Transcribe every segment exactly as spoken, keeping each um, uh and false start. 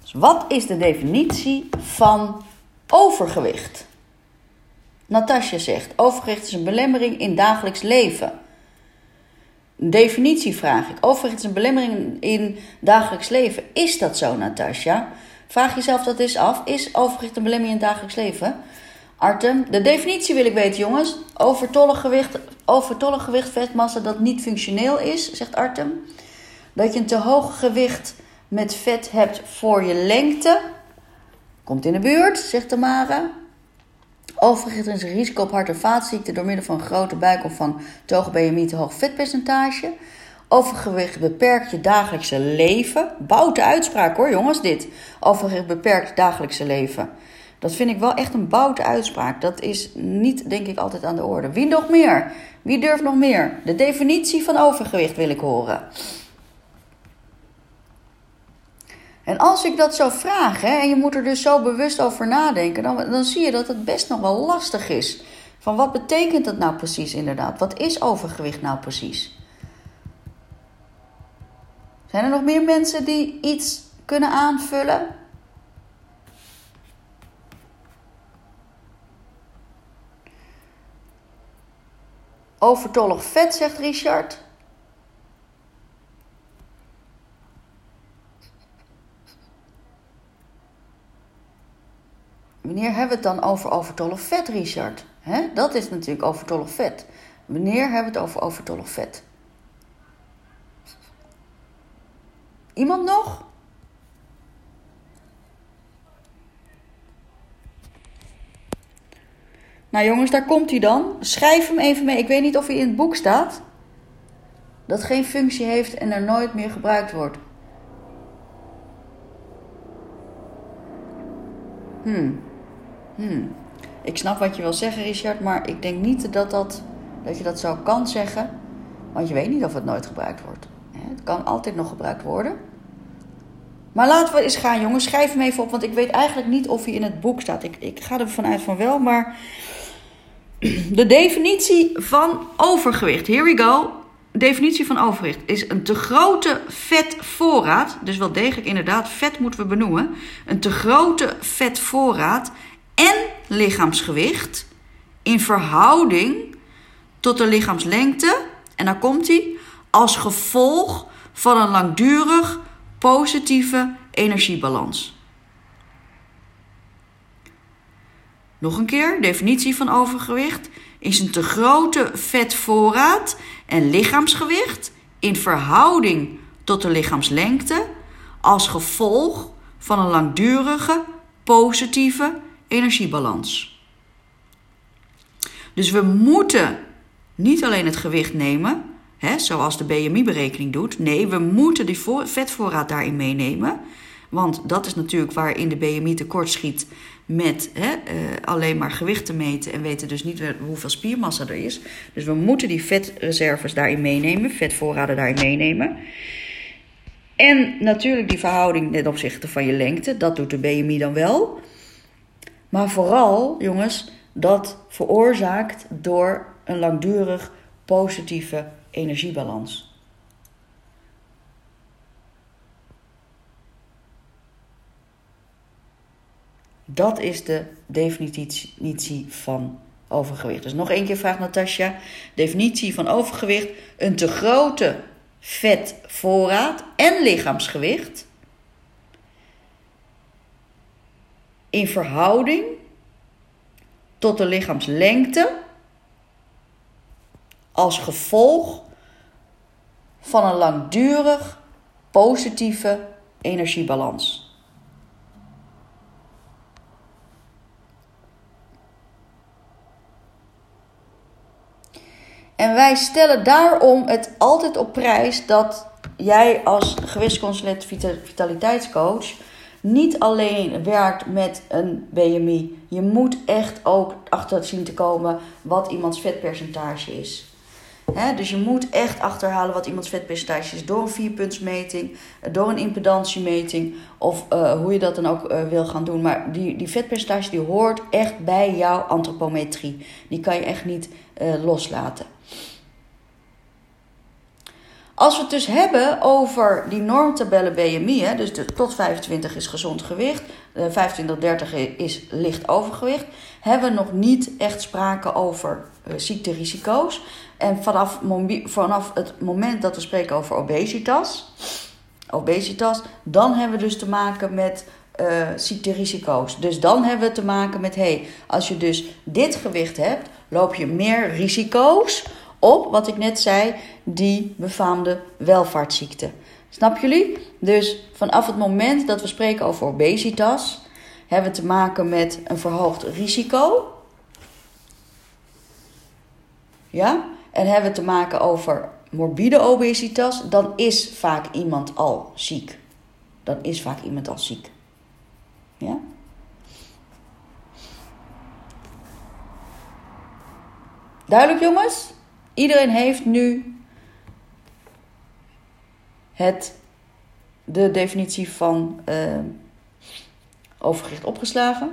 Dus wat is de definitie van overgewicht? Natasja zegt, overgewicht is een belemmering in dagelijks leven. Een definitie vraag ik. Overgewicht is een belemmering in dagelijks leven. Is dat zo, Natasja? Vraag jezelf dat eens af. Is overgewicht een belemmering in het dagelijks leven? Artem, de definitie wil ik weten, jongens. Overtollig gewicht, overtollig gewicht, vetmassa dat niet functioneel is, zegt Artem. Dat je een te hoog gewicht met vet hebt voor je lengte. Komt in de buurt, zegt Tamara. Overgewicht is een risico op hart- en vaatziekten door middel van een grote buik of van te hoog B M I, te hoog vetpercentage. Overgewicht beperkt je dagelijkse leven. Boute uitspraak hoor, jongens, dit. Overgewicht beperkt je dagelijkse leven. Dat vind ik wel echt een boute uitspraak. Dat is niet, denk ik, altijd aan de orde. Wie nog meer? Wie durft nog meer? De definitie van overgewicht wil ik horen. En als ik dat zo vraag, hè, en je moet er dus zo bewust over nadenken, dan, dan zie je dat het best nog wel lastig is. Van wat betekent dat nou precies inderdaad? Wat is overgewicht nou precies? Zijn er nog meer mensen die iets kunnen aanvullen? Overtollig vet, zegt Richard. Wanneer hebben we het dan over overtollig vet, Richard? He? Dat is natuurlijk overtollig vet. Wanneer hebben we het over overtollig vet? Iemand nog? Nou jongens, daar komt hij dan. Schrijf hem even mee. Ik weet niet of hij in het boek staat. Dat geen functie heeft en er nooit meer gebruikt wordt. Hmm. Hmm. Ik snap wat je wil zeggen, Richard, maar ik denk niet dat, dat, dat je dat zo kan zeggen. Want je weet niet of het nooit gebruikt wordt. Het kan altijd nog gebruikt worden. Maar laten we eens gaan, jongens. Schrijf hem even op, want ik weet eigenlijk niet of hij in het boek staat. Ik, ik ga ervan uit van wel, maar de definitie van overgewicht. Here we go. De definitie van overgewicht is een te grote vetvoorraad. Dus wel degelijk inderdaad, vet moeten we benoemen. Een te grote vetvoorraad en lichaamsgewicht in verhouding tot de lichaamslengte. En dan komt hij als gevolg van een langdurig positieve energiebalans. Nog een keer, definitie van overgewicht is een te grote vetvoorraad en lichaamsgewicht in verhouding tot de lichaamslengte als gevolg van een langdurige positieve energiebalans. Dus we moeten niet alleen het gewicht nemen, hè, zoals de B M I-berekening doet. Nee, we moeten die voor, vetvoorraad daarin meenemen. Want dat is natuurlijk waarin de B M I tekort schiet met hè, uh, alleen maar gewicht te meten en weten dus niet hoeveel spiermassa er is. Dus we moeten die vetreserves daarin meenemen, vetvoorraden daarin meenemen. En natuurlijk die verhouding ten opzichte van je lengte, dat doet de B M I dan wel. Maar vooral, jongens, dat veroorzaakt door een langdurig positieve energiebalans. Dat is de definitie van overgewicht. Dus nog één keer vraagt Natasja. Definitie van overgewicht. Een te grote vetvoorraad en lichaamsgewicht in verhouding tot de lichaamslengte als gevolg van een langdurig positieve energiebalans. En wij stellen daarom het altijd op prijs dat jij als gewichtsconsulent vitaliteitscoach niet alleen werkt met een B M I. Je moet echt ook achter zien te komen wat iemands vetpercentage is. He, dus je moet echt achterhalen wat iemands vetpercentage is door een vierpuntsmeting, door een impedantiemeting of uh, hoe je dat dan ook uh, wil gaan doen. Maar die, die vetpercentage die hoort echt bij jouw antropometrie. Die kan je echt niet uh, loslaten. Als we het dus hebben over die normtabellen B M I, hè, dus de, tot vijfentwintig is gezond gewicht, uh, vijfentwintig dertig is licht overgewicht, hebben we nog niet echt sprake over uh, ziekterisico's. En vanaf, vanaf het moment dat we spreken over obesitas, obesitas, dan hebben we dus te maken met uh, ziekterisico's. Dus dan hebben we te maken met, hey, als je dus dit gewicht hebt, loop je meer risico's op, wat ik net zei, die befaamde welvaartsziekte. Snap jullie? Dus vanaf het moment dat we spreken over obesitas, hebben we te maken met een verhoogd risico. Ja? En hebben we te maken over morbide obesitas, dan is vaak iemand al ziek. Dan is vaak iemand al ziek. Ja? Duidelijk, jongens? Iedereen heeft nu het, de definitie van uh, overgewicht opgeslagen.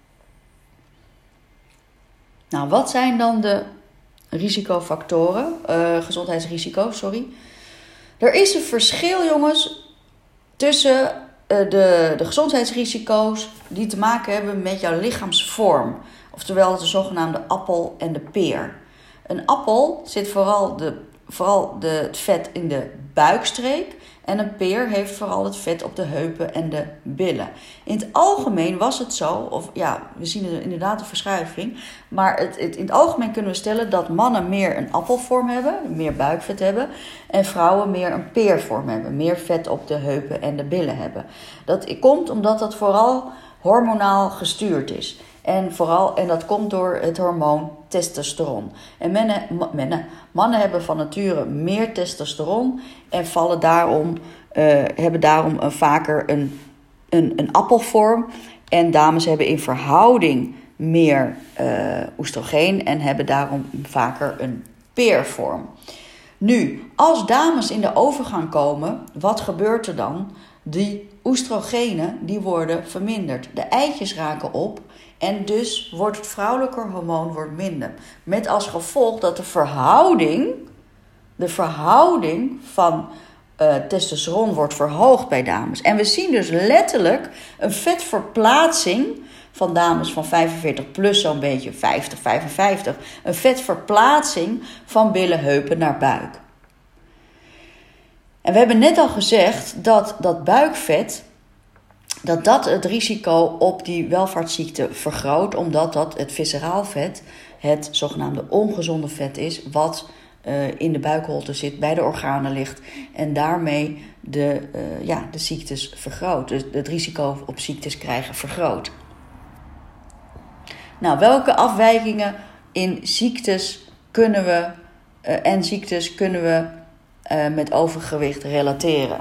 Nou, wat zijn dan de risicofactoren, uh, gezondheidsrisico's, sorry. Er is een verschil, jongens, tussen uh, de, de gezondheidsrisico's die te maken hebben met jouw lichaamsvorm. Oftewel de zogenaamde appel en de peer. Een appel zit vooral, de, vooral de, het vet in de buikstreek. En een peer heeft vooral het vet op de heupen en de billen. In het algemeen was het zo, of ja, we zien er inderdaad een verschuiving. Maar het, het, in het algemeen kunnen we stellen dat mannen meer een appelvorm hebben, meer buikvet hebben. En vrouwen meer een peervorm hebben, meer vet op de heupen en de billen hebben. Dat komt omdat dat vooral hormonaal gestuurd is. En, vooral, en dat komt door het hormoon testosteron. En mannen, mannen, mannen hebben van nature meer testosteron en vallen daarom, uh, hebben daarom een, vaker een, een, een appelvorm. En dames hebben in verhouding meer uh, oestrogeen en hebben daarom vaker een peervorm. Nu, als dames in de overgang komen, wat gebeurt er dan? Die oestrogenen die worden verminderd. De eitjes raken op. En dus wordt het vrouwelijke hormoon wordt minder. Met als gevolg dat de verhouding, de verhouding van uh, testosteron wordt verhoogd bij dames. En we zien dus letterlijk een vetverplaatsing van dames van vijfenveertig plus zo'n beetje, vijftig, vijfenvijftig. Een vetverplaatsing van billen, heupen naar buik. En we hebben net al gezegd dat dat buikvet, dat dat het risico op die welvaartsziekte vergroot, omdat dat het visceraal vet, het zogenaamde ongezonde vet is, wat uh, in de buikholte zit, bij de organen ligt en daarmee de, uh, ja, de ziektes vergroot. Dus het risico op ziektes krijgen vergroot. Nou, welke afwijkingen in ziektes kunnen we uh, en ziektes kunnen we uh, met overgewicht relateren?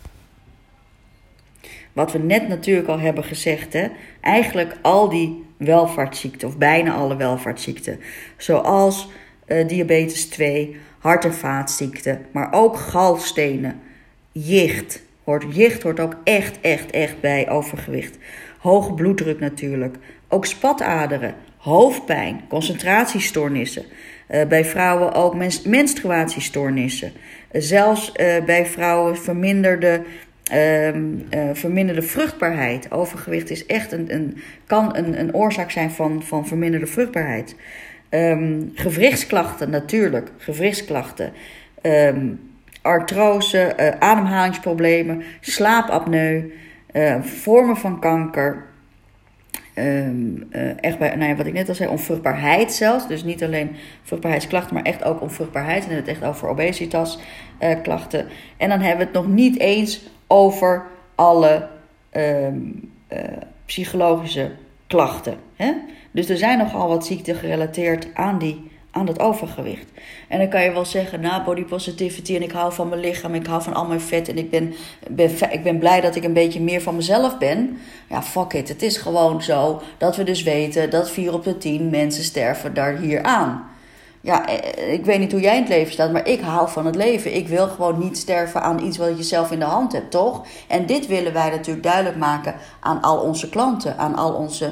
Wat we net natuurlijk al hebben gezegd, hè? Eigenlijk al die welvaartsziekten, of bijna alle welvaartsziekten, zoals uh, diabetes twee, hart- en vaatziekten, maar ook galstenen, jicht. Hoort, jicht hoort ook echt, echt, echt bij overgewicht. Hoge bloeddruk natuurlijk, ook spataderen, hoofdpijn, concentratiestoornissen. Uh, bij vrouwen ook mens- menstruatiestoornissen. Uh, zelfs uh, bij vrouwen verminderde Um, uh, verminderde vruchtbaarheid. Overgewicht is echt een, een, kan een, een oorzaak zijn van, van verminderde vruchtbaarheid. Um, gewrichtsklachten natuurlijk, gewrichtsklachten. Um, artrose, uh, ademhalingsproblemen, slaapapneu, uh, vormen van kanker. Um, uh, echt bij, nou ja, wat ik net al zei, onvruchtbaarheid zelfs. Dus niet alleen vruchtbaarheidsklachten, maar echt ook onvruchtbaarheid. En dan hebben we het echt over obesitas uh, klachten. En dan hebben we het nog niet eens over alle um, uh, psychologische klachten. Hè? Dus er zijn nogal wat ziekten gerelateerd aan, die, aan dat overgewicht. En dan kan je wel zeggen, nou, body positivity en ik hou van mijn lichaam, ik hou van al mijn vet en ik ben, ben, ik ben blij dat ik een beetje meer van mezelf ben. Ja, fuck it. Het is gewoon zo dat we dus weten dat vier op de tien mensen sterven daar hier aan. Ja, ik weet niet hoe jij in het leven staat, maar ik hou van het leven. Ik wil gewoon niet sterven aan iets wat je zelf in de hand hebt, toch? En dit willen wij natuurlijk duidelijk maken aan al onze klanten, aan al onze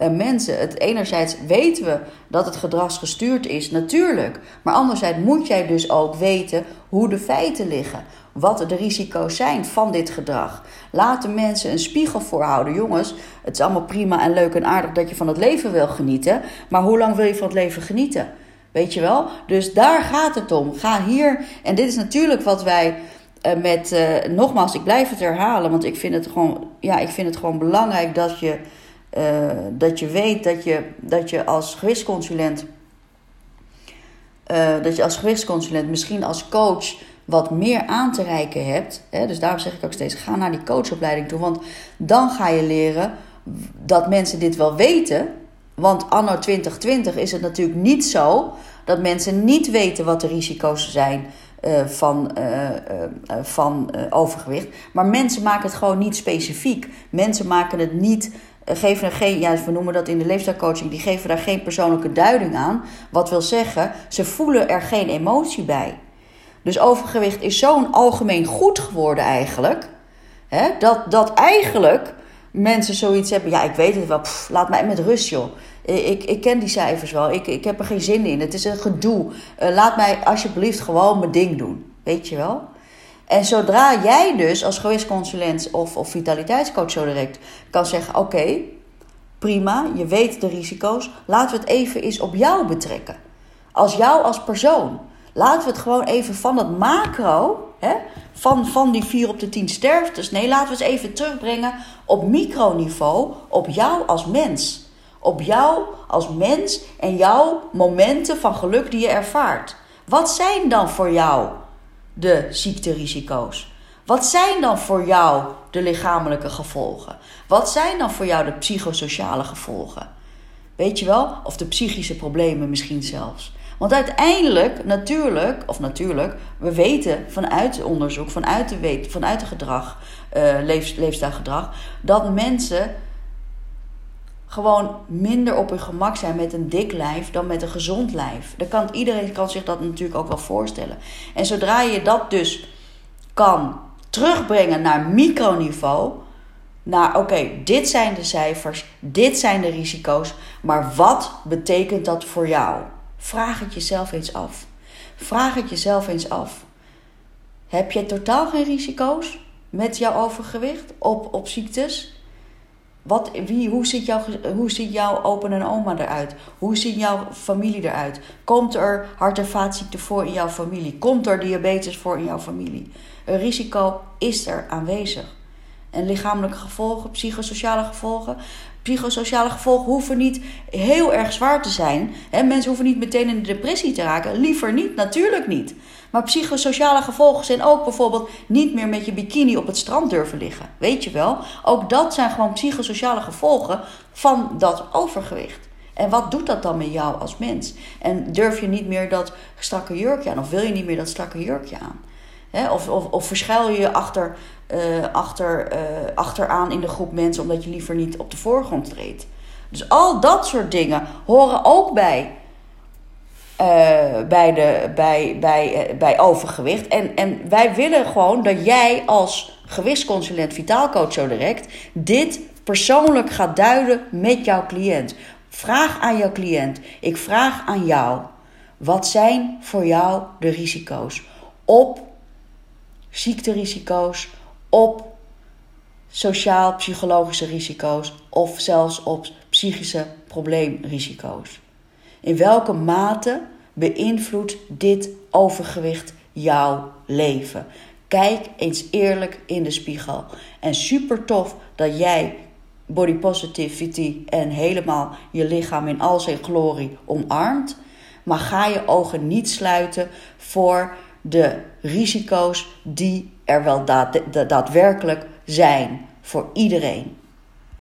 uh, mensen. Het enerzijds weten we dat het gedragsgestuurd is, natuurlijk. Maar anderzijds moet jij dus ook weten hoe de feiten liggen. Wat de risico's zijn van dit gedrag. Laat de mensen een spiegel voorhouden. Jongens, het is allemaal prima en leuk en aardig dat je van het leven wil genieten. Maar hoe lang wil je van het leven genieten? Weet je wel? Dus daar gaat het om. Ga hier. En dit is natuurlijk wat wij uh, met... Uh, nogmaals, ik blijf het herhalen. Want ik vind het gewoon, ja, ik vind het gewoon belangrijk dat je, uh, dat je weet dat je, dat je als gewichtsconsulent... Uh, dat je als gewichtsconsulent, misschien als coach, wat meer aan te reiken hebt. Hè? Dus daarom zeg ik ook steeds, ga naar die coachopleiding toe. Want dan ga je leren dat mensen dit wel weten. Want anno twintig twintig is het natuurlijk niet zo dat mensen niet weten wat de risico's zijn uh, van, uh, uh, van uh, overgewicht. Maar mensen maken het gewoon niet specifiek. Mensen maken het niet... geven er geen, ja, we noemen dat in de leefstijlcoaching, die geven daar geen persoonlijke duiding aan. Wat wil zeggen, ze voelen er geen emotie bij. Dus overgewicht is zo'n algemeen goed geworden eigenlijk, hè, dat, dat eigenlijk mensen zoiets hebben, ja, ik weet het wel, pff, laat mij met rust, joh. Ik, ik ken die cijfers wel, ik, ik heb er geen zin in, het is een gedoe. Uh, laat mij alsjeblieft gewoon mijn ding doen, weet je wel. En zodra jij dus als gewichtsconsulent of, of vitaliteitscoach zo direct kan zeggen, oké, okay, prima, je weet de risico's, laten we het even eens op jou betrekken. Als jou als persoon. Laten we het gewoon even van dat macro, hè, van, van die vier op de tien sterftes. Nee, laten we het even terugbrengen op microniveau, op jou als mens. Op jou als mens en jouw momenten van geluk die je ervaart. Wat zijn dan voor jou de ziekterisico's? Wat zijn dan voor jou de lichamelijke gevolgen? Wat zijn dan voor jou de psychosociale gevolgen? Weet je wel? Of de psychische problemen misschien zelfs. Want uiteindelijk, natuurlijk, of natuurlijk, we weten vanuit het onderzoek, vanuit de, weet, vanuit de gedrag, uh, leef, leefstijlgedrag, dat mensen gewoon minder op hun gemak zijn met een dik lijf dan met een gezond lijf. Dat kan, iedereen kan zich dat natuurlijk ook wel voorstellen. En zodra je dat dus kan terugbrengen naar microniveau, naar oké, okay, dit zijn de cijfers, dit zijn de risico's, maar wat betekent dat voor jou? Vraag het jezelf eens af. Vraag het jezelf eens af. Heb je totaal geen risico's met jouw overgewicht op, op ziektes? Wat, wie, hoe, ziet jouw, hoe ziet jouw opa en oma eruit? Hoe ziet jouw familie eruit? Komt er hart- en vaatziekten voor in jouw familie? Komt er diabetes voor in jouw familie? Een risico is er aanwezig. En lichamelijke gevolgen, psychosociale gevolgen. Psychosociale gevolgen hoeven niet heel erg zwaar te zijn. He, mensen hoeven niet meteen in de depressie te raken. Liever niet, natuurlijk niet. Maar psychosociale gevolgen zijn ook bijvoorbeeld niet meer met je bikini op het strand durven liggen. Weet je wel? Ook dat zijn gewoon psychosociale gevolgen van dat overgewicht. En wat doet dat dan met jou als mens? En durf je niet meer dat strakke jurkje aan? Of wil je niet meer dat strakke jurkje aan? He, of, of, of verschuil je je achter, uh, achter, uh, achteraan in de groep mensen omdat je liever niet op de voorgrond treedt. Dus al dat soort dingen horen ook bij, uh, bij, de, bij, bij, uh, bij overgewicht. En, en wij willen gewoon dat jij als gewichtsconsulent, vitaalcoach zo direct, dit persoonlijk gaat duiden met jouw cliënt. Vraag aan jouw cliënt. Ik vraag aan jou. Wat zijn voor jou de risico's op ziekterisico's, op sociaal-psychologische risico's of zelfs op psychische probleemrisico's? In welke mate beïnvloedt dit overgewicht jouw leven? Kijk eens eerlijk in de spiegel. En super tof dat jij body positivity en helemaal je lichaam in al zijn glorie omarmt. Maar ga je ogen niet sluiten voor de risico's die er wel daad, daadwerkelijk zijn voor iedereen.